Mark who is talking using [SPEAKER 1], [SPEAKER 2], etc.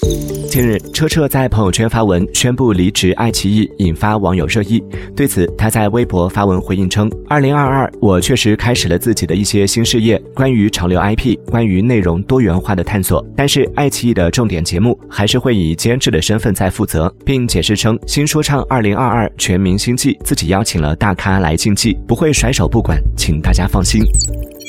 [SPEAKER 1] 近日，车澈在朋友圈发文宣布离职爱奇艺，引发网友热议。对此，他在微博发文回应称：“2022，我确实开始了自己的一些新事业，关于潮流 IP， 关于内容多元化的探索。但是，爱奇艺的重点节目还是会以监制的身份在负责，并解释称，新说唱2022全明星季自己邀请了大咖来竞技，不会甩手不管，请大家放心。”